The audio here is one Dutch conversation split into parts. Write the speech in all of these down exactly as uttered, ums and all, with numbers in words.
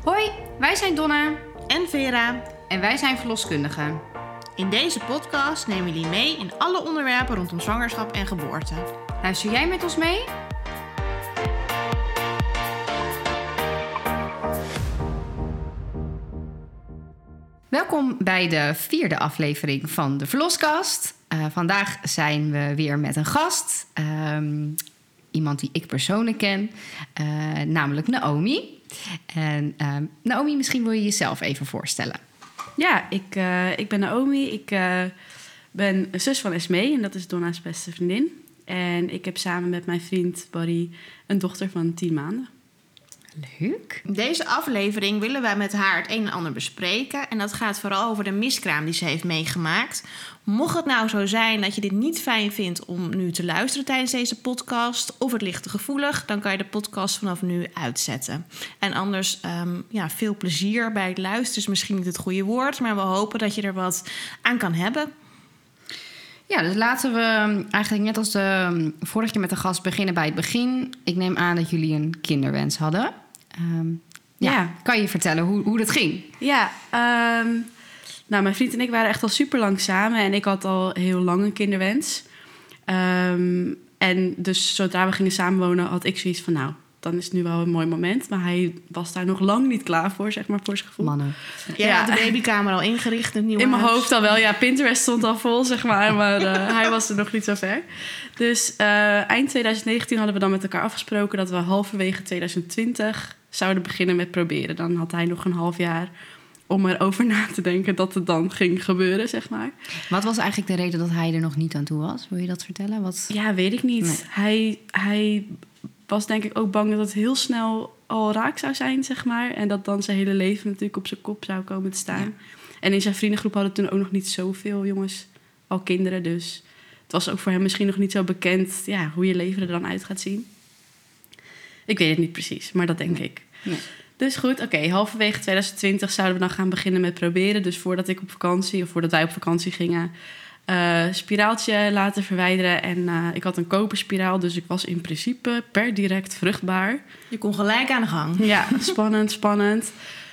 Hoi, wij zijn Donna en Vera en wij zijn verloskundigen. In deze podcast nemen we jullie mee in alle onderwerpen rondom zwangerschap en geboorte. Luister jij met ons mee? Welkom bij de vierde aflevering van de Verloskast. Uh, vandaag zijn we weer met een gast. Um, iemand die ik persoonlijk ken, uh, namelijk Naomi. En uh, Naomi, misschien wil je jezelf even voorstellen. Ja, ik, uh, ik ben Naomi. Ik uh, ben een zus van Esmee en dat is Donna's beste vriendin. En ik heb samen met mijn vriend Barry een dochter van tien maanden. Leuk. In deze aflevering willen wij met haar het een en ander bespreken. En dat gaat vooral over de miskraam die ze heeft meegemaakt. Mocht het nou zo zijn dat je dit niet fijn vindt om nu te luisteren tijdens deze podcast, of het ligt te gevoelig, dan kan je de podcast vanaf nu uitzetten. En anders, um, ja, veel plezier bij het luisteren is misschien niet het goede woord, maar we hopen dat je er wat aan kan hebben. Ja, dus laten we eigenlijk net als de vorige keer met de gast beginnen bij het begin. Ik neem aan dat jullie een kinderwens hadden. Um, ja, ja. Kan je vertellen hoe, hoe dat ging? Ja, um, nou, mijn vriend en ik waren echt al super lang samen. En ik had al heel lang een kinderwens. Um, en dus zodra we gingen samenwonen had ik zoiets van, nou, dan is het nu wel een mooi moment. Maar hij was daar nog lang niet klaar voor, zeg maar, voor zijn gevoel. Mannen. Ja, ja. De babykamer al ingericht, het nieuwe In mijn huis. hoofd al wel, ja. Pinterest stond al vol, zeg maar. Maar uh, hij was er nog niet zo ver. Dus uh, eind twintig negentien hadden we dan met elkaar afgesproken dat we halverwege twintig twintig zouden beginnen met proberen. Dan had hij nog een half jaar om erover na te denken dat het dan ging gebeuren, zeg maar. Wat was eigenlijk de reden dat hij er nog niet aan toe was? Wil je dat vertellen? Wat... Ja, weet ik niet. Nee. Hij, hij was denk ik ook bang dat het heel snel al raak zou zijn, zeg maar. En dat dan zijn hele leven natuurlijk op zijn kop zou komen te staan. Ja. En in zijn vriendengroep hadden toen ook nog niet zoveel jongens al kinderen. Dus het was ook voor hem misschien nog niet zo bekend, ja, hoe je leven er dan uit gaat zien. Ik weet het niet precies, maar dat denk nee. ik. Nee. Dus goed, oké, okay, halverwege twintig twintig zouden we dan gaan beginnen met proberen. Dus voordat ik op vakantie, of voordat wij op vakantie gingen, uh, spiraaltje laten verwijderen. En uh, ik had een koperspiraal, dus ik was in principe per direct vruchtbaar. Je kon gelijk aan de gang. Ja, spannend, spannend.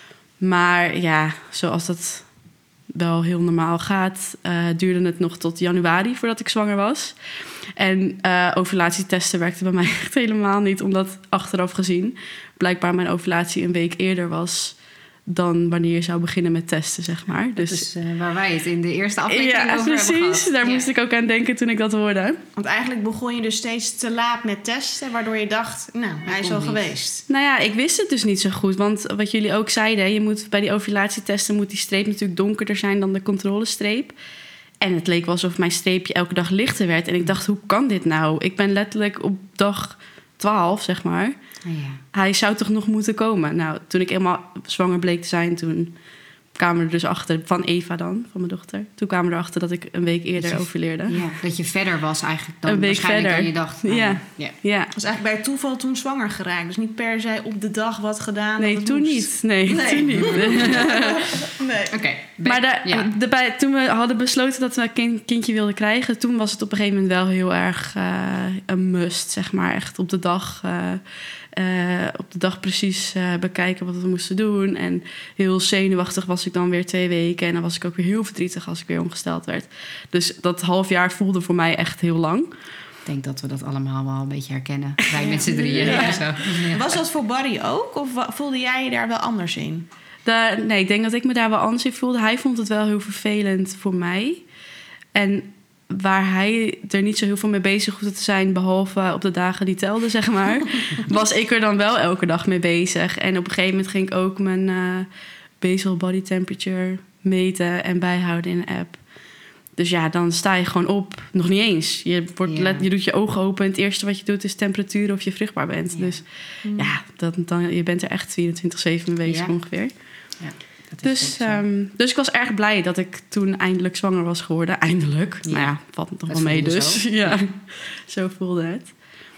Maar ja, zoals dat wel heel normaal gaat, uh, duurde het nog tot januari voordat ik zwanger was. En uh, ovulatietesten werkten bij mij echt helemaal niet, omdat achteraf gezien blijkbaar mijn ovulatie een week eerder was dan wanneer je zou beginnen met testen, zeg maar. Dus dat is uh, waar wij het in de eerste aflevering ja, over precies, hebben gehad. Daar ja. moest ik ook aan denken toen ik dat hoorde. Want eigenlijk begon je dus steeds te laat met testen, waardoor je dacht, nou, hij is al niet geweest. Nou ja, ik wist het dus niet zo goed. Want wat jullie ook zeiden, je moet bij die ovulatietesten moet die streep natuurlijk donkerder zijn dan de controlestreep. En het leek wel alsof mijn streepje elke dag lichter werd. En ik dacht, hoe kan dit nou? Ik ben letterlijk op dag twaalf, zeg maar. Ja. Hij zou toch nog moeten komen? Nou, toen ik eenmaal zwanger bleek te zijn, toen kwamen we er dus achter, van Eva dan, van mijn dochter. Toen kwamen we erachter dat ik een week eerder je, ovuleerde. Ja, dat je verder was eigenlijk dan een week waarschijnlijk verder. dan je dacht. Nou, ja. Ja. ja. Dus eigenlijk bij toeval toen zwanger geraakt. Dus niet per se op de dag wat gedaan. Nee, toen moest. niet. Nee, nee. toen niet. nee. Oké. Okay. Maar de, ja. de, bij, toen we hadden besloten dat we een kind, kindje wilden krijgen, toen was het op een gegeven moment wel heel erg uh, een must, zeg maar. Echt op de dag, uh, uh, op de dag precies uh, bekijken wat we moesten doen. En heel zenuwachtig was ik dan weer twee weken. En dan was ik ook weer heel verdrietig als ik weer ongesteld werd. Dus dat half jaar voelde voor mij echt heel lang. Ik denk dat we dat allemaal wel een beetje herkennen. Wij ja. met z'n drieën. Ja. Zo. Ja. Was dat voor Barry ook? Of voelde jij je daar wel anders in? De, nee, ik denk dat ik me daar wel anders in voelde. Hij vond het wel heel vervelend voor mij. En waar hij er niet zo heel veel mee bezig hoefde te zijn, behalve op de dagen die telden, zeg maar, was ik er dan wel elke dag mee bezig. En op een gegeven moment ging ik ook mijn uh, basal body temperature meten en bijhouden in een app. Dus ja, dan sta je gewoon op. Nog niet eens. Je, wordt ja. let, je doet je ogen open en het eerste wat je doet is temperatuur of je vruchtbaar bent. Ja. Dus mm. ja, dat, dan, je bent er echt vierentwintig zeven mee bezig ja. ongeveer. Ja, dat is dus, um, dus ik was erg blij dat ik toen eindelijk zwanger was geworden. Eindelijk. Ja. Nou ja, valt nog wel mee dus. Zo. Ja, zo voelde het.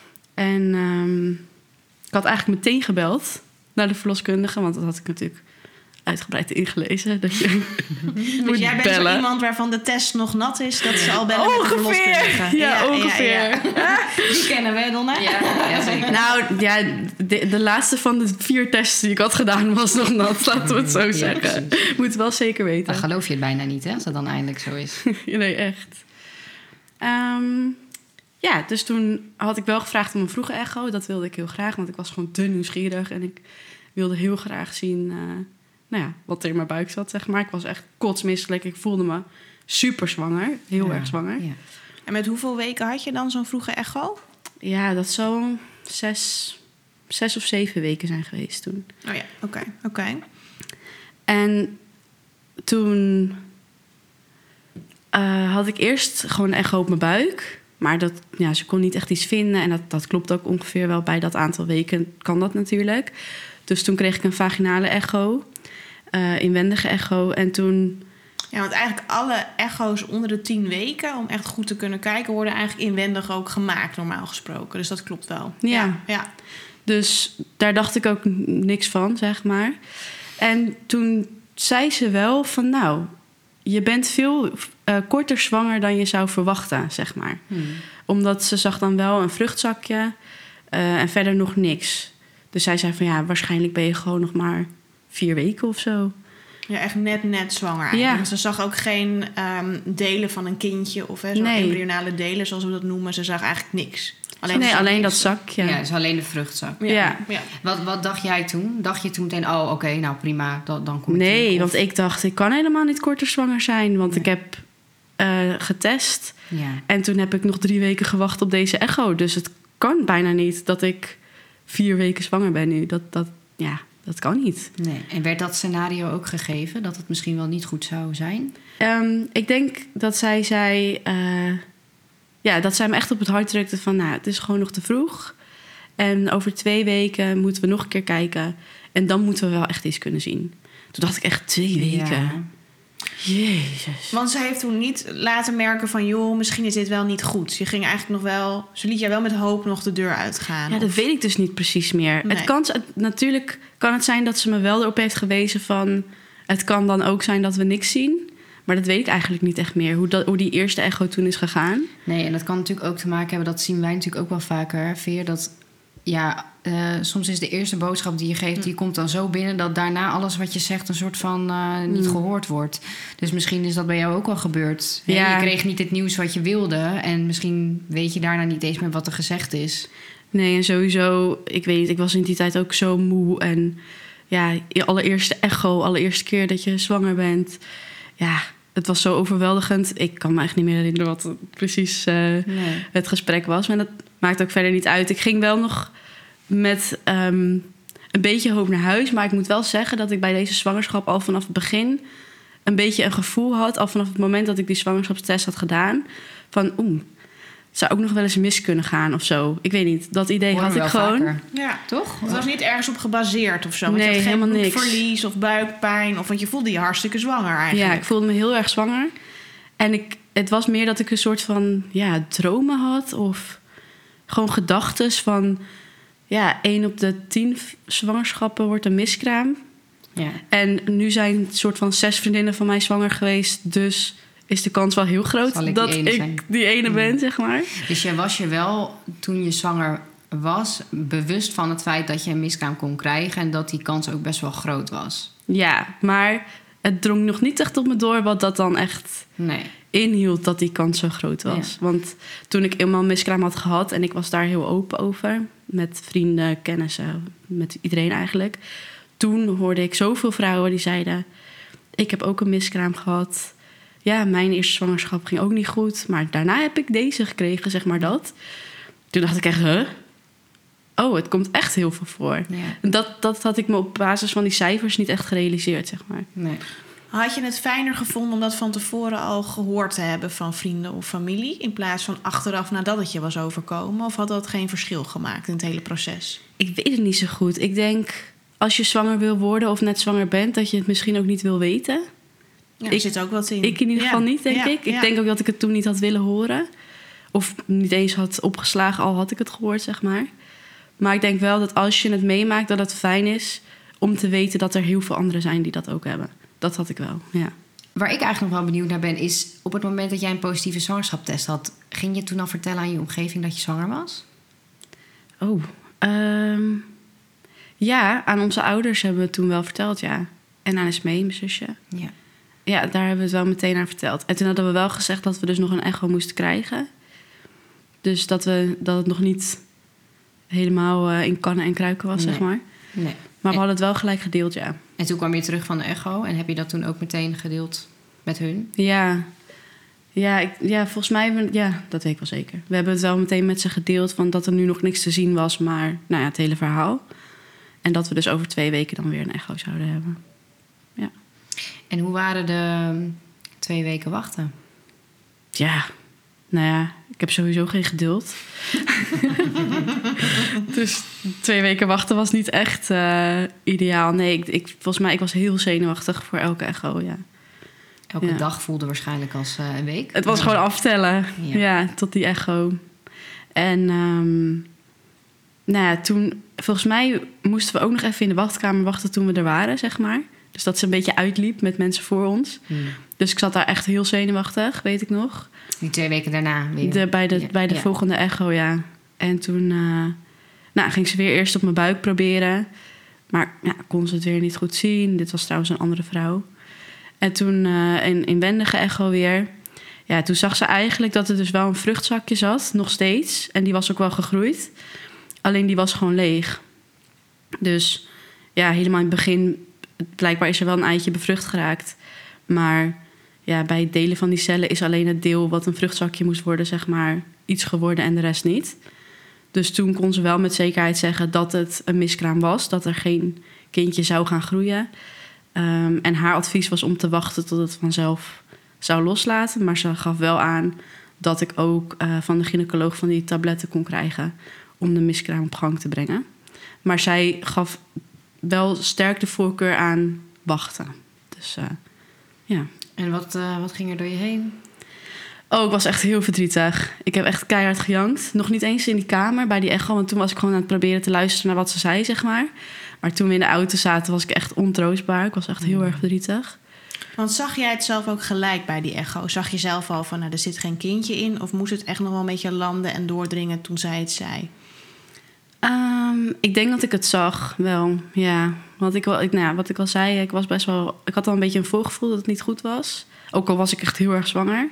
En um, ik had eigenlijk meteen gebeld naar de verloskundige, want dat had ik natuurlijk uitgebreid ingelezen. Dat je Dus moet jij bent bellen. zo iemand waarvan de test nog nat is, dat ze al bellen met de verloskundige. Ja, ja, ongeveer. Ja, ja. Die kennen we, Donna. Ja, ja, zeker. Nou ja, de, de laatste van de vier tests die ik had gedaan was nog nat. Laten we het zo Ja, zeggen. precies. Moet wel zeker weten. Dan geloof je het bijna niet, hè, als dat dan eindelijk zo is. Nee, echt. Ehm, ja, dus toen had ik wel gevraagd om een vroege echo. Dat wilde ik heel graag, want ik was gewoon te nieuwsgierig. En ik wilde heel graag zien uh, nou ja, wat er in mijn buik zat, zeg maar. Ik was echt kotsmisselijk. Ik voelde me super zwanger. Heel Ja, erg zwanger. Ja. En met hoeveel weken had je dan zo'n vroege echo? Ja, dat zou zes, zes of zeven weken zijn geweest toen. Oh ja, oké, okay, oké. Okay. En toen uh, had ik eerst gewoon een echo op mijn buik. Maar dat, ja, ze kon niet echt iets vinden. En dat, dat klopt ook ongeveer wel bij dat aantal weken. Kan dat natuurlijk. Dus toen kreeg ik een vaginale echo. Uh, inwendige echo. En toen... Ja, want eigenlijk alle echo's onder de tien weken... om echt goed te kunnen kijken... worden eigenlijk inwendig ook gemaakt, normaal gesproken. Dus dat klopt wel. Ja. Ja, ja. Dus daar dacht ik ook niks van, zeg maar. En toen zei ze wel van... nou, je bent veel uh, korter zwanger dan je zou verwachten, zeg maar. Hmm. Omdat ze zag dan wel een vruchtzakje uh, en verder nog niks. Dus zij zei van ja, waarschijnlijk ben je gewoon nog maar vier weken of zo. Ja, echt net, net zwanger eigenlijk. Ja. Want ze zag ook geen um, delen van een kindje... of hè, zo'n Nee. embryonale delen, zoals we dat noemen. Ze zag eigenlijk niks. Alleen nee, zag alleen niks. dat zakje. Ja, dus alleen de vruchtzak. Ja. Ja. ja. Wat, wat dacht jij toen? Dacht je toen meteen, oh, oké, okay, nou prima, dan, dan kom ik Nee, terug, want of- ik dacht, ik kan helemaal niet korter zwanger zijn. Want Nee. ik heb uh, getest. Ja. En toen heb ik nog drie weken gewacht op deze echo. Dus het kan bijna niet dat ik vier weken zwanger ben nu. Dat, dat, ja, dat kan niet. Nee. En werd dat scenario ook gegeven? Dat het misschien wel niet goed zou zijn? Um, ik denk dat zij zei... Uh, ja, dat zij me echt op het hart drukte van... nou, het is gewoon nog te vroeg. En over twee weken moeten we nog een keer kijken. En dan moeten we wel echt iets kunnen zien. Toen dacht ik echt twee weken. Ja. Jezus. Want ze heeft toen niet laten merken van... joh, misschien is dit wel niet goed. Ze ging eigenlijk nog wel... ze liet jou wel met hoop nog de deur uitgaan. Ja, dat of... weet ik dus niet precies meer. Nee. Het kan, natuurlijk kan het zijn dat ze me wel erop heeft gewezen van... het kan dan ook zijn dat we niks zien. Maar dat weet ik eigenlijk niet echt meer. Hoe, dat, hoe die eerste echo toen is gegaan. Nee, en dat kan natuurlijk ook te maken hebben... dat zien wij natuurlijk ook wel vaker, Veer... dat ja, uh, soms is de eerste boodschap die je geeft... die komt dan zo binnen dat daarna alles wat je zegt... een soort van uh, niet Mm. gehoord wordt. Dus misschien is dat bij jou ook al gebeurd. Hè? Ja. Je kreeg niet het nieuws wat je wilde... en misschien weet je daarna niet eens meer wat er gezegd is. Nee, en sowieso... Ik weet niet, ik was in die tijd ook zo moe. En ja, je allereerste echo, allereerste keer dat je zwanger bent... ja, het was zo overweldigend. Ik kan me echt niet meer herinneren wat precies uh, Nee. het gesprek was. Maar dat maakt ook verder niet uit. Ik ging wel nog met um, een beetje hoop naar huis. Maar ik moet wel zeggen dat ik bij deze zwangerschap al vanaf het begin... een beetje een gevoel had, al vanaf het moment dat ik die zwangerschapstest had gedaan... van oeh, het zou ook nog wel eens mis kunnen gaan of zo. Ik weet niet, dat idee Horen had we ik wel gewoon. vaker. Ja, Toch? het was niet ergens op gebaseerd of zo. Want Nee, je had geen helemaal niks. bloedverlies of buikpijn. Of want je voelde je hartstikke zwanger eigenlijk. Ja, ik voelde me heel erg zwanger. En ik, het was meer dat ik een soort van ja, dromen had. Of gewoon gedachtes van... ja, één op de tien zwangerschappen wordt een miskraam. Ja. En nu zijn een soort van zes vriendinnen van mij zwanger geweest. Dus is de kans wel heel groot Zal ik dat die ene ik zijn? die ene ben, zeg maar. Dus jij was je wel, toen je zwanger was... bewust van het feit dat je een miskraam kon krijgen... en dat die kans ook best wel groot was. Ja, maar het drong nog niet echt op me door wat dat dan echt Nee. inhield dat die kans zo groot was. Ja. Want toen ik eenmaal een miskraam had gehad en ik was daar heel open over... met vrienden, kennissen, met iedereen eigenlijk... toen hoorde ik zoveel vrouwen die zeiden... ik heb ook een miskraam gehad. Ja, mijn eerste zwangerschap ging ook niet goed... maar daarna heb ik deze gekregen, zeg maar dat. Toen dacht ik echt, huh? Oh, het komt echt heel veel voor. Ja. En dat, dat had ik me op basis van die cijfers niet echt gerealiseerd, zeg maar. Nee. Had je het fijner gevonden om dat van tevoren al gehoord te hebben van vrienden of familie... in plaats van achteraf nadat het je was overkomen? Of had dat geen verschil gemaakt in het hele proces? Ik weet het niet zo goed. Ik denk, als je zwanger wil worden of net zwanger bent... dat je het misschien ook niet wil weten. Ja, er Ik- zit ook wat in. Ik in ieder Ja. geval niet, denk Ja, ik. Ik ja. denk ook dat ik het toen niet had willen horen. Of niet eens had opgeslagen, al had ik het gehoord, zeg maar. Maar ik denk wel dat als je het meemaakt, dat het fijn is... om te weten dat er heel veel anderen zijn die dat ook hebben. Dat had ik wel, ja. Waar ik eigenlijk nog wel benieuwd naar ben, is op het moment dat jij een positieve zwangerschapstest had, ging je toen al vertellen aan je omgeving dat je zwanger was? Oh, um, ja, aan onze ouders hebben we het toen wel verteld, ja. En aan Esmee, mijn zusje. Ja. Ja, daar hebben we het wel meteen aan verteld. En toen hadden we wel gezegd dat we dus nog een echo moesten krijgen. Dus dat, we, dat het nog niet helemaal uh, in kannen en kruiken was, Nee. zeg maar. Nee. Maar we hadden het wel gelijk gedeeld, ja. En toen kwam je terug van de echo en heb je dat toen ook meteen gedeeld met hun? Ja, ja, ik, ja volgens mij, hebben we- ja, dat weet ik wel zeker. We hebben het wel meteen met ze gedeeld van dat er nu nog niks te zien was, maar nou ja, het hele verhaal. En dat we dus over twee weken dan weer een echo zouden hebben. Ja. En hoe waren de twee weken wachten? Ja, nou ja, ik heb sowieso geen geduld. Dus twee weken wachten was niet echt uh, ideaal. Nee, ik, ik, volgens mij ik was heel zenuwachtig voor elke echo, ja. Elke Ja. dag voelde waarschijnlijk als uh, een week. Het was gewoon aftellen, Ja. ja. tot die echo. En um, nou ja, toen, volgens mij moesten we ook nog even in de wachtkamer wachten toen we er waren, zeg maar. Dus dat ze een beetje uitliep met mensen voor ons. Hmm. Dus ik zat daar echt heel zenuwachtig, weet ik nog. Die twee weken daarna weer. De, bij de, Ja, bij de ja. volgende echo, ja. En toen uh, nou, ging ze weer eerst op mijn buik proberen. Maar ja, kon ze het weer niet goed zien. Dit was trouwens een andere vrouw. En toen uh, in inwendige echo weer. Ja, toen zag ze eigenlijk dat er dus wel een vruchtzakje zat, nog steeds. En die was ook wel gegroeid. Alleen die was gewoon leeg. Dus ja, helemaal in het begin, blijkbaar is er wel een eitje bevrucht geraakt. Maar ja, bij het delen van die cellen is alleen het deel wat een vruchtzakje moest worden, zeg maar, iets geworden en de rest niet. Dus toen kon ze wel met zekerheid zeggen dat het een miskraam was, dat er geen kindje zou gaan groeien. Um, en haar advies was om te wachten tot het vanzelf zou loslaten. Maar ze gaf wel aan dat ik ook uh, van de gynaecoloog van die tabletten kon krijgen om de miskraam op gang te brengen. Maar zij gaf wel sterk de voorkeur aan wachten. Dus uh, ja. En wat, uh, wat ging er door je heen? Oh, ik was echt heel verdrietig. Ik heb echt keihard gejankt. Nog niet eens in die kamer bij die echo, want toen was ik gewoon aan het proberen te luisteren naar wat ze zei, zeg maar. Maar toen we in de auto zaten, was ik echt ontroostbaar. Ik was echt heel erg verdrietig. Want zag jij het zelf ook gelijk bij die echo? Zag je zelf al van, nou, er zit geen kindje in? Of moest het echt nog wel een beetje landen en doordringen toen zij het zei? Um, ik denk dat ik het zag, wel, ja. Want ik, ik, nou ja, wat ik al zei, ik was best wel... Ik had al een beetje een voorgevoel dat het niet goed was. Ook al was ik echt heel erg zwanger.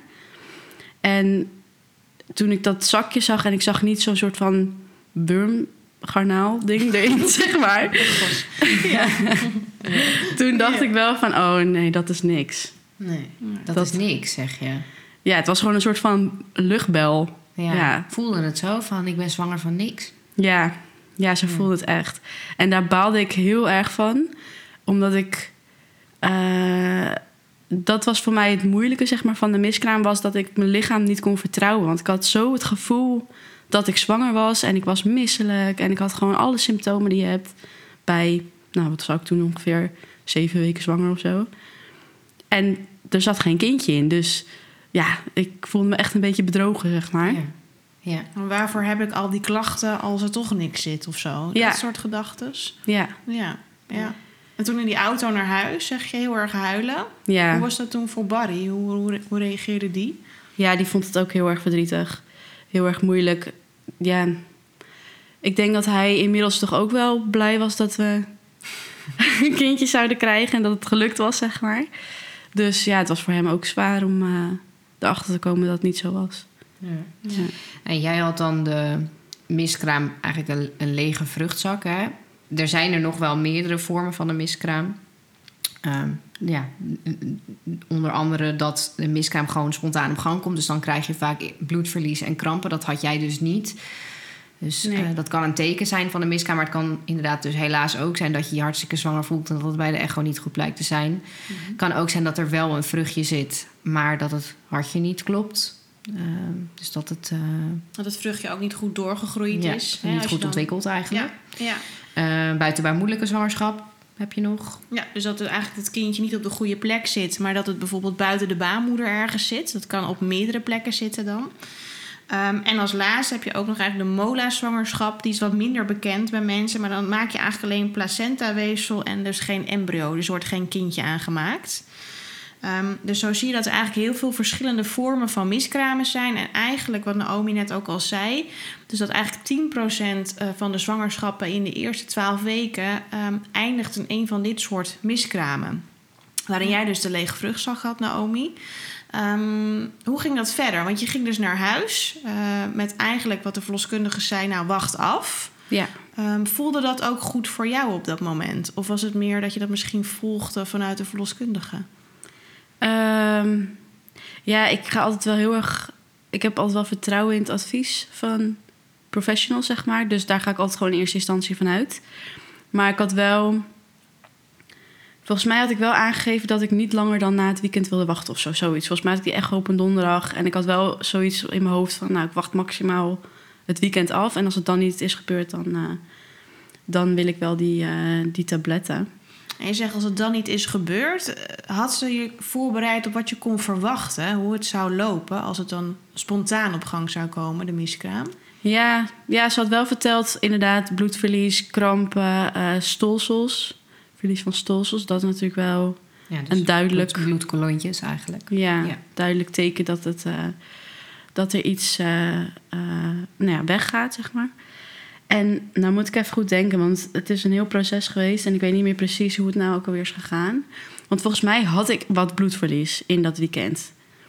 En toen ik dat zakje zag en ik zag niet zo'n soort van wormgarnaal ding erin, zeg maar. Ja. Toen dacht ik wel van, oh nee, dat is niks. Nee, dat, Dat- is niks, zeg je. Ja, het was gewoon een soort van luchtbel. Ja, Ja. voelde het zo van, ik ben zwanger van niks. Ja, ja ze Ja. voelde het echt. En daar baalde ik heel erg van. Omdat ik... eh, dat was voor mij het moeilijke, zeg maar, van de miskraam... was dat ik mijn lichaam niet kon vertrouwen. Want ik had zo het gevoel dat ik zwanger was... en ik was misselijk en ik had gewoon alle symptomen die je hebt... bij, nou, wat zou ik toen ongeveer... zeven weken zwanger of zo. En er zat geen kindje in, dus... ja, ik voelde me echt een beetje bedrogen, zeg maar. Ja. Ja. En waarvoor heb ik al die klachten als er toch niks zit of zo? Ja. Dat soort gedachtes. Ja, Ja, ja. En toen in die auto naar huis, zeg je heel erg huilen. ja. Hoe was dat toen voor Barry? Hoe, hoe, hoe reageerde die? Ja, die vond het ook heel erg verdrietig. Heel erg moeilijk. Ja, ik denk dat hij inmiddels toch ook wel blij was dat we een kindje zouden krijgen en dat het gelukt was, zeg maar. Dus ja, het was voor hem ook zwaar om uh, erachter te komen dat het niet zo was. Ja. Ja. En jij had dan de miskraam, eigenlijk een, een lege vruchtzak, hè? Er zijn er nog wel meerdere vormen van de miskraam. Um, ja, onder andere dat de miskraam gewoon spontaan op gang komt. Dus dan krijg je vaak bloedverlies en krampen. Dat had jij dus niet. Dus Nee. uh, dat kan een teken zijn van de miskraam. Maar het kan inderdaad dus helaas ook zijn dat je je hartstikke zwanger voelt... en dat het bij de echo niet goed blijkt te zijn. Mm-hmm. Het kan ook zijn dat er wel een vruchtje zit... maar dat het hartje niet klopt. Uh, dus dat het uh, Dat het vruchtje ook niet goed doorgegroeid ja, is. hè, niet als je goed dan- ontwikkeld eigenlijk. Ja, ja. Uh, buitenbaarmoedelijke zwangerschap heb je nog. Ja, dus dat het eigenlijk het kindje niet op de goede plek zit... maar dat het bijvoorbeeld buiten de baarmoeder ergens zit. Dat kan op meerdere plekken zitten dan. Um, en als laatste heb je ook nog eigenlijk de mola-zwangerschap. Die is wat minder bekend bij mensen. Maar dan maak je eigenlijk alleen placentaweefsel en dus geen embryo. Dus er wordt geen kindje aangemaakt. Um, dus zo zie je dat er eigenlijk heel veel verschillende vormen van miskramen zijn. En eigenlijk, wat Naomi net ook al zei... dus dat eigenlijk tien procent van de zwangerschappen in de eerste twaalf weken... Um, eindigt in een van dit soort miskramen. Waarin jij dus de lege vruchtzak had, Naomi. Um, hoe ging dat verder? Want je ging dus naar huis uh, met eigenlijk wat de verloskundige zei... nou, wacht af. Ja. Um, voelde dat ook goed voor jou op dat moment? Of was het meer dat je dat misschien volgde vanuit de verloskundige? Um, ja, ik ga altijd wel heel erg... Ik heb altijd wel vertrouwen in het advies van professionals, zeg maar. Dus daar ga ik altijd gewoon in eerste instantie van uit. Maar ik had wel... Volgens mij had ik wel aangegeven dat ik niet langer dan na het weekend wilde wachten of zo, zoiets. Volgens mij had ik die echo op een donderdag. En ik had wel zoiets in mijn hoofd van... nou, ik wacht maximaal het weekend af. En als het dan niet is gebeurd, dan, uh, dan wil ik wel die, uh, die tabletten. En je zegt, als het dan niet is gebeurd... had ze je voorbereid op wat je kon verwachten? Hoe het zou lopen als het dan spontaan op gang zou komen, de miskraam? Ja, ja, ze had wel verteld, inderdaad, bloedverlies, krampen, uh, stolsels... verlies van stolsels, dat is natuurlijk wel ja, dus een duidelijk... Bloed, bloedkolontjes eigenlijk. Ja, ja, duidelijk teken dat, het, uh, dat er iets uh, uh, nou ja, weggaat, zeg maar. En nou moet ik even goed denken, want het is een heel proces geweest... en ik weet niet meer precies hoe het nou ook alweer is gegaan. Want volgens mij had ik wat bloedverlies in dat weekend.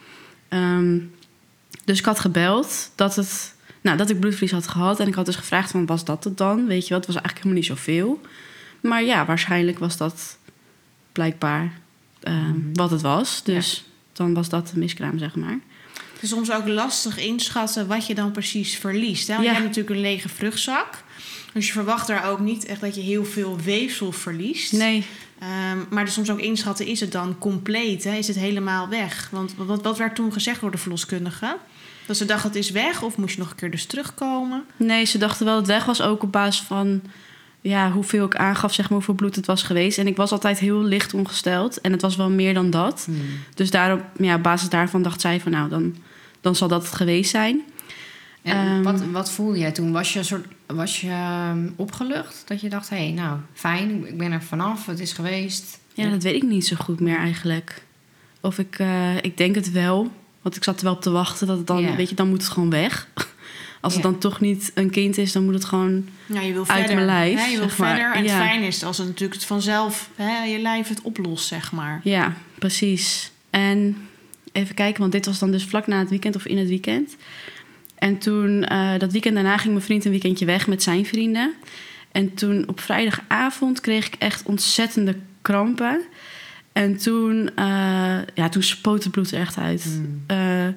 Um, dus ik had gebeld dat, het, nou, dat ik bloedverlies had gehad... en ik had dus gevraagd van, was dat het dan? Weet je wat, het was eigenlijk helemaal niet zoveel... Maar ja, waarschijnlijk was dat blijkbaar uh, mm-hmm. wat het was. Dus ja. Dan was dat de miskraam, zeg maar. Het is soms ook lastig inschatten wat je dan precies verliest. Hè? Want ja. je hebt natuurlijk een lege vruchtzak. Dus je verwacht daar ook niet echt dat je heel veel weefsel verliest. Nee. Um, maar dus soms ook inschatten, is het dan compleet? Hè? Is het helemaal weg? Want wat, wat werd toen gezegd door de verloskundige? Dat ze dacht, het is weg? Of moest je nog een keer dus terugkomen? Nee, ze dachten wel dat het weg was, ook op basis van... ja, hoeveel ik aangaf, zeg maar, hoeveel bloed het was geweest. En ik was altijd heel licht ongesteld. En het was wel meer dan dat. Hmm. Dus daarop, ja, op basis daarvan dacht zij van... nou, dan, dan zal dat het geweest zijn. En um, wat, wat voelde jij toen? Was je, soort, was je um, opgelucht? Dat je dacht, hé, hey, nou, fijn, ik ben er vanaf, het is geweest. Ja, dat weet ik niet zo goed meer eigenlijk. Of ik, uh, ik denk het wel. Want ik zat er wel op te wachten dat het dan... Yeah. weet je, dan moet het gewoon weg. Als het ja. dan toch niet een kind is, dan moet het gewoon ja, je wil uit verder. mijn lijf. Ja, je wil zeg maar. verder. En ja. het fijn is als het natuurlijk vanzelf hè, je lijf het oplost, zeg maar. Ja, precies. En even kijken, want dit was dan dus vlak na het weekend of in het weekend. En toen, uh, dat weekend daarna ging mijn vriend een weekendje weg met zijn vrienden. En toen op vrijdagavond kreeg ik echt ontzettende krampen. En toen, uh, ja, toen spoot het bloed er echt uit. Mm. Uh,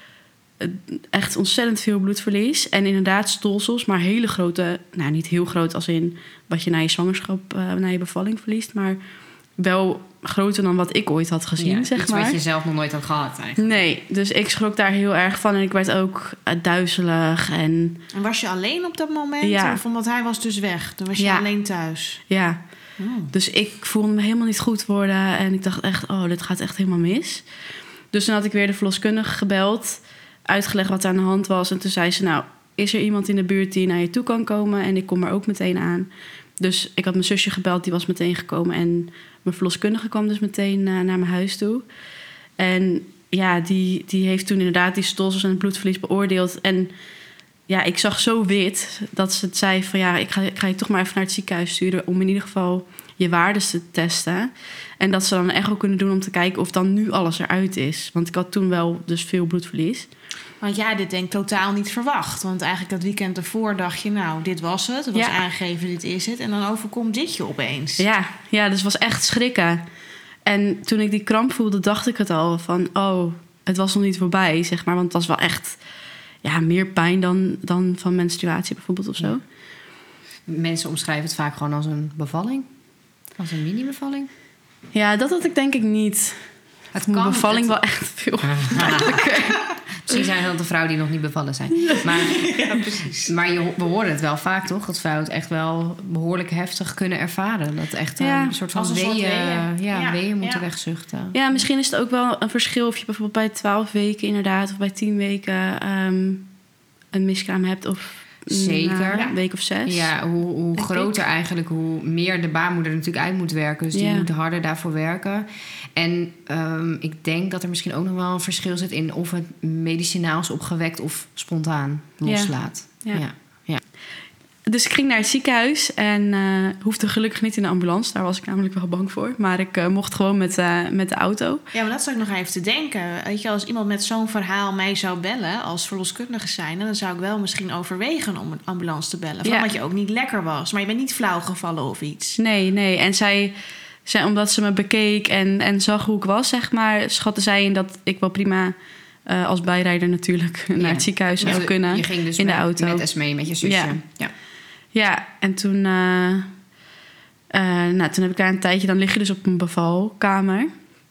echt ontzettend veel bloedverlies. En inderdaad stolsels, maar hele grote... nou, niet heel groot als in wat je na je zwangerschap... Uh, na je bevalling verliest, maar wel groter dan wat ik ooit had gezien, ja, zeg iets maar. wat je zelf nog nooit had gehad eigenlijk. Nee, dus ik schrok daar heel erg van. En ik werd ook uh, duizelig. En, en was je alleen op dat moment? Ja. Of omdat hij was dus weg? Dan was je ja. alleen thuis? Ja. Oh. Dus ik voelde me helemaal niet goed worden. En ik dacht echt, oh, dit gaat echt helemaal mis. Dus toen had ik weer de verloskundige gebeld... uitgelegd wat er aan de hand was. En toen zei ze, nou, is er iemand in de buurt die naar je toe kan komen? En ik kom er ook meteen aan. Dus ik had mijn zusje gebeld, die was meteen gekomen. En mijn verloskundige kwam dus meteen uh, naar mijn huis toe. En ja, die, die heeft toen inderdaad die stolsels en het bloedverlies beoordeeld. En ja, ik zag zo wit dat ze het zei van... ja, ik ga, ik ga je toch maar even naar het ziekenhuis sturen... om in ieder geval je waardes te testen. En dat ze dan een echo kunnen doen om te kijken of dan nu alles eruit is. Want ik had toen wel dus veel bloedverlies. Want jij dit denk ik totaal niet verwacht. Want eigenlijk dat weekend ervoor dacht je... nou, dit was het. Het was ja. aangegeven, dit is het. En dan overkomt dit je opeens. Ja, ja, dus het was echt schrikken. En toen ik die kramp voelde, dacht ik het al van... oh, het was nog niet voorbij, zeg maar. Want het was wel echt ja, meer pijn dan, dan van menstruatie bijvoorbeeld of zo. Ja. Mensen omschrijven het vaak gewoon als een bevalling. Als een mini-bevalling. Ja, dat had ik denk ik niet. Het Mijn kan, bevalling het... wel echt veel. Misschien zijn dat de vrouwen die nog niet bevallen zijn. Maar, ja, precies. Maar je, we horen het wel vaak, toch? Dat vrouwen het echt wel behoorlijk heftig kunnen ervaren. Dat echt ja, een soort van een weeën, weeën. Ja, ja, weeën moeten ja. wegzuchten. Ja, misschien is het ook wel een verschil... of je bijvoorbeeld bij twaalf weken inderdaad... of bij tien weken um, een miskraam hebt of Zeker. na een week of zes. Ja, hoe, hoe Denk groter ik. eigenlijk, hoe meer de baarmoeder natuurlijk uit moet werken. Dus die Ja. moet harder daarvoor werken. En um, ik denk dat er misschien ook nog wel een verschil zit in of het medicinaal is opgewekt of spontaan loslaat. Ja. Ja. Ja. Ja. Dus ik ging naar het ziekenhuis en uh, hoefde gelukkig niet in de ambulance. Daar was ik namelijk wel bang voor. Maar ik uh, mocht gewoon met, uh, met de auto. Ja, maar dat zat ik nog even te denken. Weet je, als iemand met zo'n verhaal mij zou bellen als verloskundige zijn, dan zou ik wel misschien overwegen om een ambulance te bellen. Van Ja. dat je ook niet lekker was, maar je bent niet flauw gevallen of iets. Nee, nee. En zij, zij omdat ze me bekeek en, en zag hoe ik was, zeg maar, schatte zij in dat ik wel prima uh, als bijrijder natuurlijk Ja. naar het ziekenhuis zou Dus kunnen. je ging dus in de met, auto. met Esmee, met je zusje. Ja. Ja. Ja, en toen, uh, uh, nou, toen heb ik daar een tijdje... Dan lig je dus op een bevalkamer.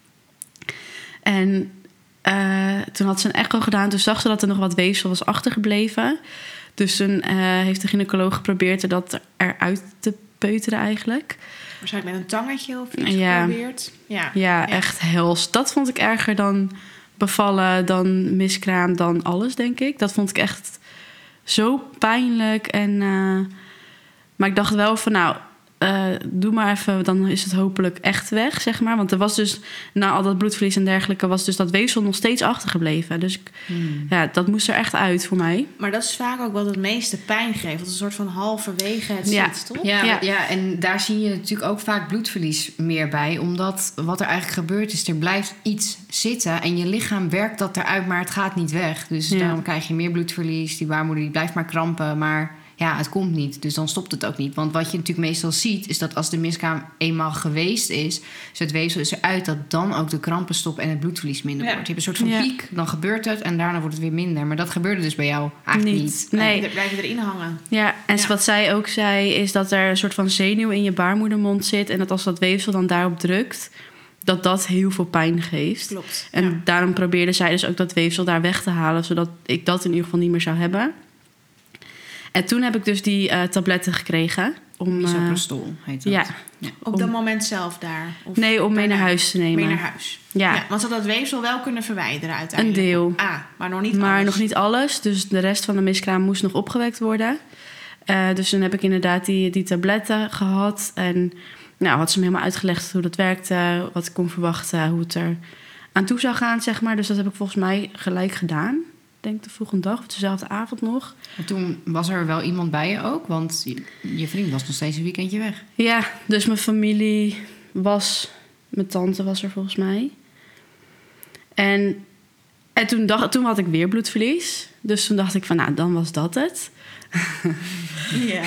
En uh, toen had ze een echo gedaan. Toen zag ze dat er nog wat weefsel was achtergebleven. Dus toen uh, heeft de gynaecoloog geprobeerd er dat eruit te peuteren eigenlijk. Waarschijnlijk met een tangetje of iets Ja. geprobeerd. Ja. Ja, echt hels. Dat vond ik erger dan bevallen, dan miskraam, dan alles, denk ik. Dat vond ik echt zo pijnlijk. En, uh, maar ik dacht wel van, nou, uh, doe maar even, dan is het hopelijk echt weg, zeg maar. Want er was dus, na al dat bloedverlies en dergelijke, was dus dat weefsel nog steeds achtergebleven. Dus ik, Hmm. ja, dat moest er echt uit voor mij. Maar dat is vaak ook wat het meeste pijn geeft. Want een soort van halverwege het Ja. zit, toch? Ja, Ja. ja. en daar zie je natuurlijk ook vaak bloedverlies meer bij. Omdat wat er eigenlijk gebeurt is, er blijft iets zitten. En je lichaam werkt dat eruit, maar het gaat niet weg. Dus Ja. dan krijg je meer bloedverlies. Die baarmoeder die blijft maar krampen, maar ja, het komt niet. Dus dan stopt het ook niet. Want wat je natuurlijk meestal ziet, is dat als de miskraam eenmaal geweest is, dus het weefsel is eruit, dat dan ook de krampen stoppen en het bloedverlies minder Ja. wordt. Je hebt een soort van Ja. piek, dan gebeurt het en daarna wordt het weer minder. Maar dat gebeurde dus bij jou eigenlijk Niet. niet. Nee. Dan blijf je erin hangen. Ja, en Ja. wat zij ook zei, is dat er een soort van zenuw in je baarmoedermond zit. En dat als dat weefsel dan daarop drukt, dat dat heel veel pijn geeft. Klopt. En Ja. daarom probeerde zij dus ook dat weefsel daar weg te halen, zodat ik dat in ieder geval niet meer zou hebben. En toen heb ik dus die uh, tabletten gekregen. Om, uh, Misoprostol heet dat. ja, Op dat moment zelf daar? Of nee, om mee naar daarna? huis te nemen. Mee naar huis. Ja. Ja, want ze had dat weefsel wel kunnen verwijderen uiteindelijk. Een deel. Ah, maar nog niet Maar alles. nog niet alles. Dus de rest van de miskraam moest nog opgewekt worden. Uh, dus toen heb ik inderdaad die, die tabletten gehad. En nou, had ze me helemaal uitgelegd hoe dat werkte. Wat ik kon verwachten. Hoe het er aan toe zou gaan, zeg maar. Dus dat heb ik volgens mij gelijk gedaan. Ik denk de volgende dag of dezelfde avond nog. En toen was er wel iemand bij je ook, want je, je vriend was nog steeds een weekendje weg. Ja, dus mijn familie was... Mijn tante was er volgens mij. En, en toen, dacht, toen had ik weer bloedverlies. Dus toen dacht ik van, nou, dan was dat het. Ja.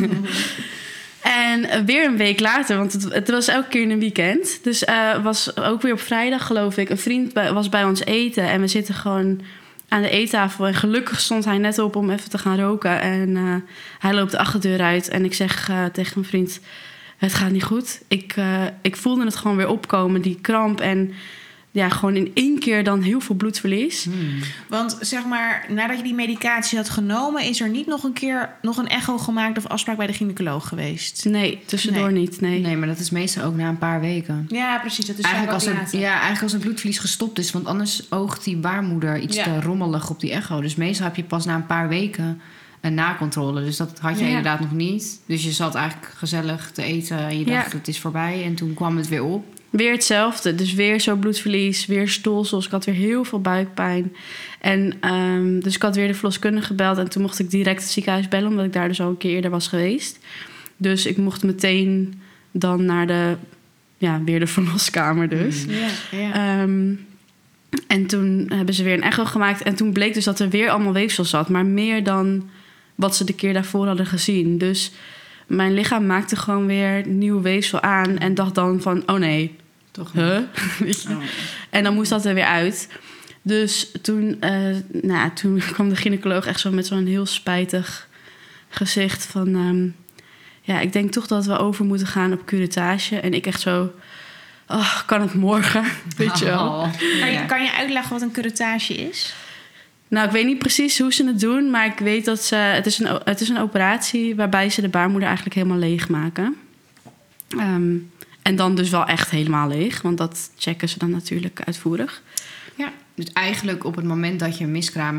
En weer een week later, want het, het was elke keer in een weekend. Dus uh, was ook weer op vrijdag, geloof ik. Een vriend bij, was bij ons eten. En we zitten gewoon aan de eettafel. En gelukkig stond hij net op om even te gaan roken. En uh, hij loopt de achterdeur uit. En ik zeg uh, tegen mijn vriend, het gaat niet goed. Ik, uh, ik voelde het gewoon weer opkomen, die kramp. En ja, gewoon in één keer dan heel veel bloedverlies. Hmm. Want zeg maar, nadat je die medicatie had genomen, is er niet nog een keer nog een echo gemaakt of afspraak bij de gynaecoloog geweest? Nee, tussendoor Nee. niet, nee. Nee, maar dat is meestal ook na een paar weken. Ja, precies. Dat is Eigenlijk vaak als, wat het, later. ja, eigenlijk als het bloedverlies gestopt is. Want anders oogt die baarmoeder iets Ja. te rommelig op die echo. Dus meestal heb je pas na een paar weken een nakontrole. Dus dat had je Ja. inderdaad nog niet. Dus je zat eigenlijk gezellig te eten. En je dacht, Ja. het is voorbij. En toen kwam het weer op. Weer hetzelfde. Dus weer zo bloedverlies, weer stolsels. Ik had weer heel veel buikpijn. En um, dus ik had weer de verloskundige gebeld. En toen mocht ik direct het ziekenhuis bellen, omdat ik daar dus al een keer eerder was geweest. Dus ik mocht meteen dan naar de, ja, weer de verloskamer dus. Mm. Ja, ja. Um, en toen hebben ze weer een echo gemaakt. En toen bleek dus dat er weer allemaal weefsel zat. Maar meer dan wat ze de keer daarvoor hadden gezien. Dus mijn lichaam maakte gewoon weer nieuw weefsel aan. En dacht dan van, oh nee, Toch? huh? Weet je? Oh. En dan moest dat er weer uit. Dus toen, uh, nou, toen kwam de gynaecoloog echt zo met zo'n heel spijtig gezicht van... Um, ja, ik denk toch dat we over moeten gaan op curettage. En ik echt zo... Oh, kan het morgen? Weet je wel? Oh, Kan, ja. je, kan je uitleggen wat een curettage is? Nou, ik weet niet precies hoe ze het doen, maar ik weet dat ze... Het is een, het is een operatie waarbij ze de baarmoeder eigenlijk helemaal leeg maken. Um, en dan dus wel echt helemaal leeg, want dat checken ze dan natuurlijk uitvoerig. Ja, dus eigenlijk op het moment dat je een miskraam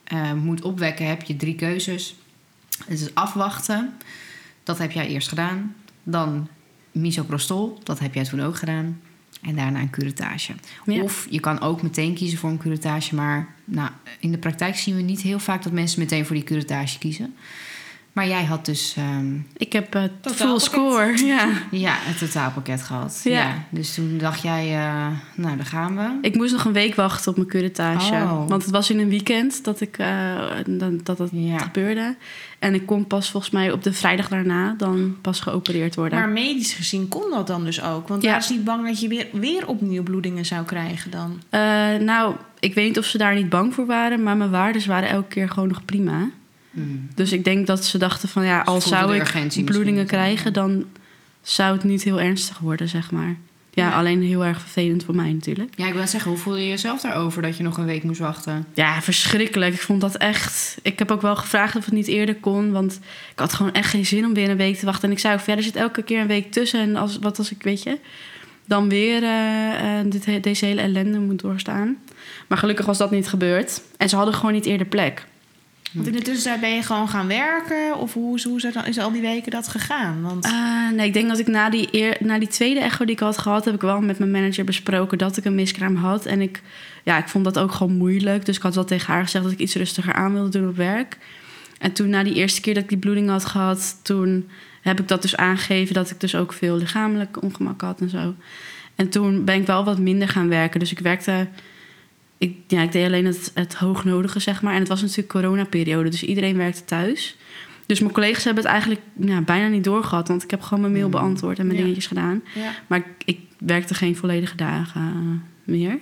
uh, moet opwekken, heb je drie keuzes. Het is afwachten. Dat heb jij eerst gedaan. Dan misoprostol. Dat heb jij toen ook gedaan. En daarna een curettage. Ja. Of je kan ook meteen kiezen voor een curettage. Maar nou, in de praktijk zien we niet heel vaak dat mensen meteen voor die curettage kiezen. Maar jij had dus... Um, ik heb uh, full Totaalpakket. score, ja. Ja, het totaalpakket gehad. Ja. Ja. Dus toen dacht jij, uh, nou, daar gaan we. Ik moest nog een week wachten op mijn curettage. Oh. Want het was in een weekend dat ik, uh, dat, dat het Ja. gebeurde. En ik kon pas volgens mij op de vrijdag daarna dan pas geopereerd worden. Maar medisch gezien kon dat dan dus ook? Want Ja. waren ze niet bang dat je weer, weer opnieuw bloedingen zou krijgen dan? Uh, nou, ik weet niet of ze daar niet bang voor waren. Maar mijn waardes waren elke keer gewoon nog prima. Hmm. Dus ik denk dat ze dachten van ja, als voelden zou de ik urgentie bloedingen misschien niet, krijgen, dan zou het niet heel ernstig worden, zeg maar. Ja, Ja. alleen heel erg vervelend voor mij natuurlijk. Ja, ik wil zeggen, hoe voelde je jezelf daarover dat je nog een week moest wachten? Ja, verschrikkelijk. Ik vond dat echt... Ik heb ook wel gevraagd of het niet eerder kon, want ik had gewoon echt geen zin om weer een week te wachten. En ik zei ook, verder zit elke keer een week tussen. En als, wat als ik, weet je, dan weer uh, uh, dit, deze hele ellende moet doorstaan. Maar gelukkig was dat niet gebeurd. En ze hadden gewoon niet eerder plek. Want in de tussentijd ben je gewoon gaan werken? Of hoe, hoe is, het, is al die weken dat gegaan? Want... Uh, nee, ik denk dat ik na die, eer, na die tweede echo die ik had gehad, heb ik wel met mijn manager besproken dat ik een miskraam had. En ik, ja, ik vond dat ook gewoon moeilijk. Dus ik had wel tegen haar gezegd dat ik iets rustiger aan wilde doen op werk. En toen na die eerste keer dat ik die bloeding had gehad, toen heb ik dat dus aangegeven dat ik dus ook veel lichamelijk ongemak had en zo. En toen ben ik wel wat minder gaan werken. Dus ik werkte... Ik, ja, ik deed alleen het, het hoognodige, zeg maar. En het was natuurlijk coronaperiode, dus iedereen werkte thuis. Dus mijn collega's hebben het eigenlijk ja, bijna niet doorgehad. Want ik heb gewoon mijn mail beantwoord en mijn Ja. dingetjes gedaan. Ja. Maar ik, ik werkte geen volledige dagen uh, meer.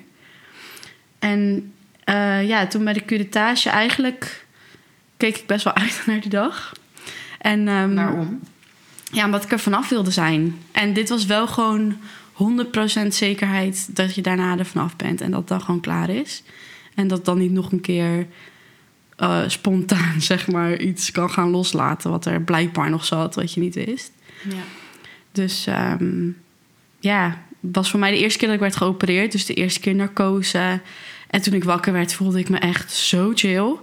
En uh, ja, toen bij de curettage eigenlijk keek ik best wel uit naar die dag. En, um, Waarom? Ja, omdat ik er vanaf wilde zijn. En dit was wel gewoon honderd procent zekerheid dat je daarna er vanaf bent. En dat het dan gewoon klaar is. En dat dan niet nog een keer uh, spontaan, zeg maar, iets kan gaan loslaten. Wat er blijkbaar nog zat, wat je niet wist. Ja. Dus um, ja, het was voor mij de eerste keer dat ik werd geopereerd. Dus de eerste keer narcose. En toen ik wakker werd, voelde ik me echt zo chill.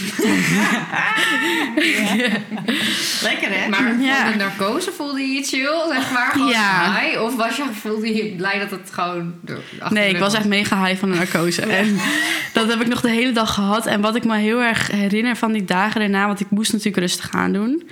Lekker, hè? Maar Ja. van de narcose voelde je je chill, zeg maar? Gewoon Ja. high? Of was je, voelde je blij dat het gewoon... door- achter Nee, de ik rug was echt mega high van de narcose. En dat heb ik nog de hele dag gehad. En wat ik me heel erg herinner van die dagen daarna... want ik moest natuurlijk rustig aan doen.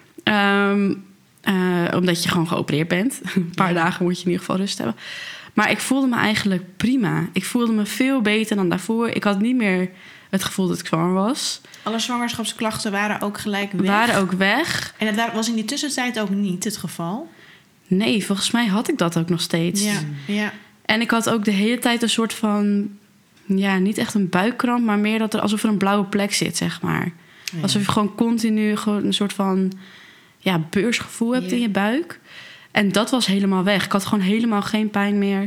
Um, uh, omdat je gewoon geopereerd bent. Een paar Ja. dagen moet je in ieder geval rust hebben. Maar ik voelde me eigenlijk prima. Ik voelde me veel beter dan daarvoor. Ik had niet meer het gevoel dat ik zwanger was. Alle zwangerschapsklachten waren ook gelijk weg. Waren ook weg. En dat was in die tussentijd ook niet het geval? Nee, volgens mij had ik dat ook nog steeds. Ja, ja. En ik had ook de hele tijd een soort van... ja, niet echt een buikkramp, maar meer dat er alsof er een blauwe plek zit, zeg maar. Ja. Alsof je gewoon continu gewoon een soort van ja, beursgevoel hebt Ja. in je buik. En dat was helemaal weg. Ik had gewoon helemaal geen pijn meer.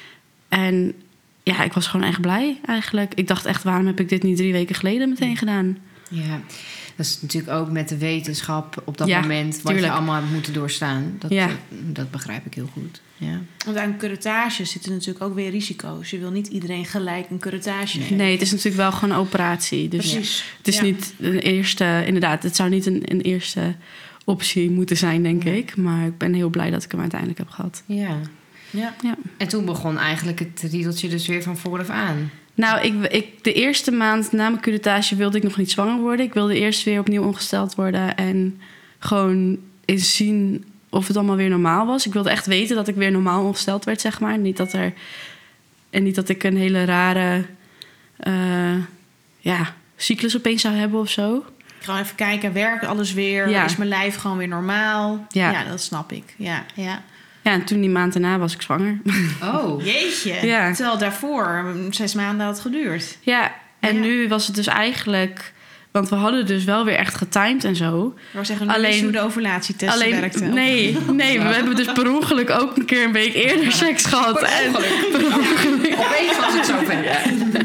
En ja, ik was gewoon echt blij eigenlijk. Ik dacht echt, waarom heb ik dit niet drie weken geleden meteen gedaan? Ja, dat is natuurlijk ook met de wetenschap op dat Ja, moment... wat tuurlijk. je allemaal hebt moeten doorstaan. Dat, Ja. dat, dat begrijp ik heel goed. Ja. Want aan curettage zitten natuurlijk ook weer risico's. Je wil niet iedereen gelijk een curettage geven. Nee, het is natuurlijk wel gewoon een operatie. Dus Precies. het is Ja. niet een eerste... Inderdaad, het zou niet een, een eerste optie moeten zijn, denk Nee. ik. Maar ik ben heel blij dat ik hem uiteindelijk heb gehad. ja. Ja. Ja. En toen begon eigenlijk het riedeltje dus weer van vooraf aan. Nou, ik, ik, de eerste maand na mijn curettage wilde ik nog niet zwanger worden. Ik wilde eerst weer opnieuw ongesteld worden en gewoon eens zien of het allemaal weer normaal was. Ik wilde echt weten dat ik weer normaal ongesteld werd, zeg maar. Niet dat er, en niet dat ik een hele rare uh, ja, cyclus opeens zou hebben of zo. Gewoon even kijken, werkt alles weer? Ja. Is mijn lijf gewoon weer normaal? Ja. Ja, dat snap ik. Ja, ja. Ja, en toen die maand daarna was ik zwanger. Oh, Jeetje. Ja. Terwijl daarvoor mm, zes maanden had het geduurd. Ja, en Ja. nu was het dus eigenlijk... Want we hadden dus wel weer echt getimed en zo. Ik wou zeggen, nu Alleen- is hoe de ovulatietest Alleen, werkte. nee, nee, we hebben dus per ongeluk ook een keer een week eerder seks gehad. En per ongeluk. opeens was het zover. Ja.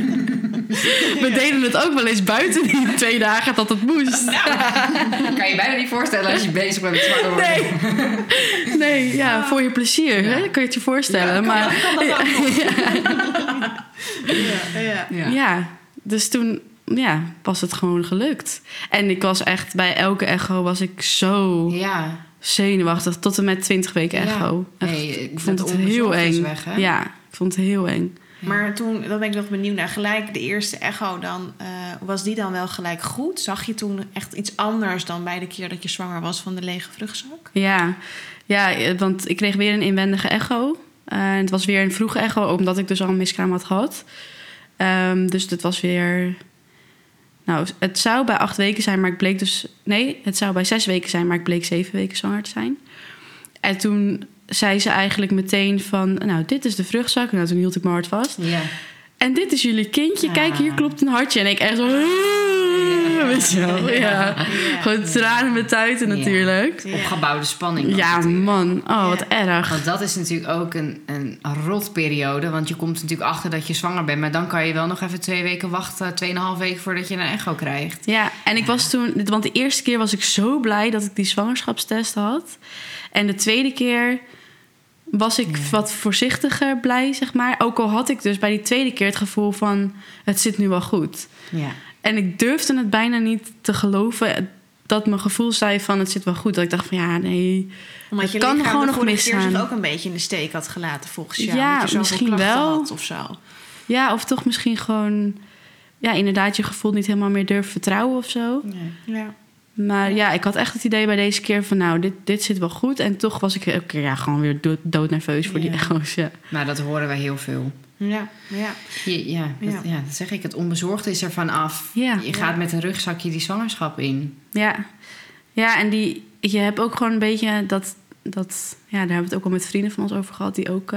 We deden het ook wel eens buiten die twee dagen dat het moest. Kan je bijna niet voorstellen als je bezig bent met zwanger worden. Nee, nee ja, voor je plezier, Ja. hè? Kan je het je voorstellen. Ja, maar ja, ja. Ja. ja, dus toen ja, was het gewoon gelukt. En ik was echt, bij elke echo was ik zo Ja. zenuwachtig. Tot en met twintig weken echo. Ja. Echt, Nee, ik vond het heel onbezorgd is eng. weg, hè? Ja, ik vond het heel eng. Maar toen, dan ben ik nog benieuwd naar gelijk de eerste echo dan. Uh, was die dan wel gelijk goed? Zag je toen echt iets anders dan bij de keer dat je zwanger was van de lege vruchtzak? Ja, ja, want ik kreeg weer een inwendige echo. Uh, het was weer een vroege echo, omdat ik dus al een miskraam had gehad. Um, dus het was weer... Nou, het zou bij acht weken zijn, maar ik bleek dus... Nee, het zou bij zes weken zijn, maar ik bleek zeven weken zwanger te zijn. En toen zei ze eigenlijk meteen van... Nou, dit is de vruchtzak. Nou, toen hield ik mijn hart vast. Ja. En dit is jullie kindje. Ah. Kijk, hier klopt een hartje. En ik echt zo... Ja. Weet je wel? Ja. Ja. Gewoon tranen met tuiten Ja. natuurlijk. Ja. Opgebouwde spanning. ook Ja, natuurlijk. man. Oh, wat erg. Want dat is natuurlijk ook een, een rotperiode. Want je komt natuurlijk achter dat je zwanger bent. Maar dan kan je wel nog even twee weken wachten. Tweeënhalf weken voordat je een echo krijgt. Ja, en ik was toen... Want de eerste keer was ik zo blij dat ik die zwangerschapstest had. En de tweede keer was ik Ja. wat voorzichtiger blij, zeg maar. Ook al had ik dus bij die tweede keer het gevoel van... Het zit nu wel goed. Ja. En ik durfde het bijna niet te geloven... dat mijn gevoel zei van het zit wel goed. Dat ik dacht van ja, nee... Omdat Het je kan lichaam gewoon de nog vorige keer misgaan. zich ook een beetje in de steek had gelaten volgens jou. Ja, dat je zoveel misschien klachten wel. had of zo. Ja, of toch misschien gewoon... Ja, inderdaad je gevoel niet helemaal meer durven vertrouwen of zo. Nee. Ja. Maar ja, ik had echt het idee bij deze keer van... nou, dit, dit zit wel goed. En toch was ik elke keer ja, gewoon weer dood, doodnerveus voor die Ja. echo's. Ja. Maar dat horen wij heel veel. Ja, ja. Je, ja, dat, Ja. ja, dat zeg ik. Het onbezorgd is ervan af. Ja. Je gaat met een rugzakje die zwangerschap in. Ja, ja en die, je hebt ook gewoon een beetje dat, dat... Ja, daar hebben we het ook al met vrienden van ons over gehad... die ook uh,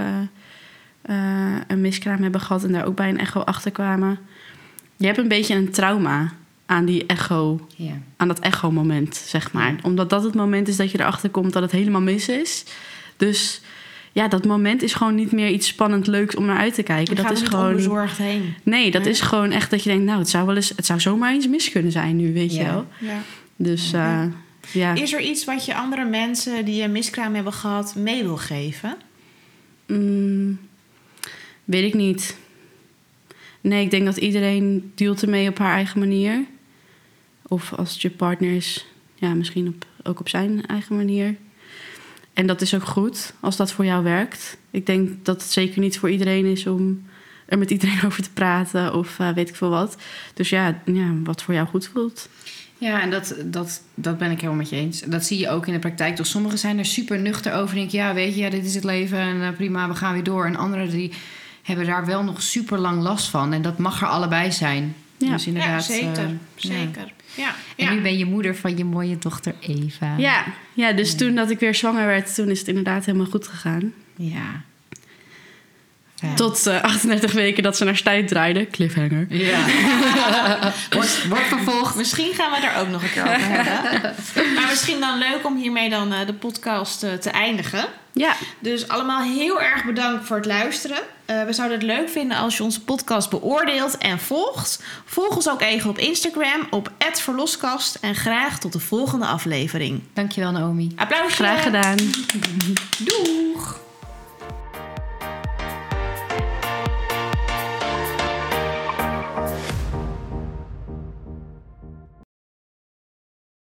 uh, een miskraam hebben gehad... en daar ook bij een echo achter kwamen. Je hebt een beetje een trauma aan die echo... Ja. aan dat echo-moment, zeg maar. Ja. Omdat dat het moment is dat je erachter komt dat het helemaal mis is. Dus ja, dat moment is gewoon niet meer iets spannend leuks om naar uit te kijken. Je dat gaat is er niet gewoon... onbezorgd heen. Nee, dat Nee? is gewoon echt dat je denkt... nou, het zou wel eens, het zou zomaar eens mis kunnen zijn nu, weet je Ja. wel. Ja. Dus uh, ja. Is er iets wat je andere mensen die een miskraam hebben gehad mee wil geven? Mm, weet ik niet. Nee, ik denk dat iedereen dealt ermee op haar eigen manier. Of als het je partner is, ja, misschien op, ook op zijn eigen manier. En dat is ook goed, als dat voor jou werkt. Ik denk dat het zeker niet voor iedereen is om er met iedereen over te praten of uh, weet ik veel wat. Dus ja, ja, wat voor jou goed voelt. Ja, en dat, dat, dat ben ik helemaal met je eens. Dat zie je ook in de praktijk. Dus sommigen zijn er super nuchter over. Denken, ja, weet je, ja, dit is het leven en uh, prima, we gaan weer door. En anderen die hebben daar wel nog super lang last van. En dat mag er allebei zijn. Ja. Dus inderdaad, ja, zeker. uh, zeker. Ja. Ja. Ja. En nu ben je moeder van je mooie dochter Eva. Ja, ja dus Ja. toen dat ik weer zwanger werd, toen is het inderdaad helemaal goed gegaan. Ja. Fijn. Tot uh, achtendertig weken dat ze naar Stuit draaide. Cliffhanger. Ja. wordt, wordt vervolgd. Misschien gaan we er ook nog een keer over hebben. Maar misschien dan leuk om hiermee dan uh, de podcast uh, te eindigen. Ja, Dus allemaal heel erg bedankt voor het luisteren. Uh, we zouden het leuk vinden als je onze podcast beoordeelt en volgt. Volg ons ook even op Instagram op at verloskast. En graag tot de volgende aflevering. Dankjewel, Naomi. Applausje. graag gedaan. Doeg!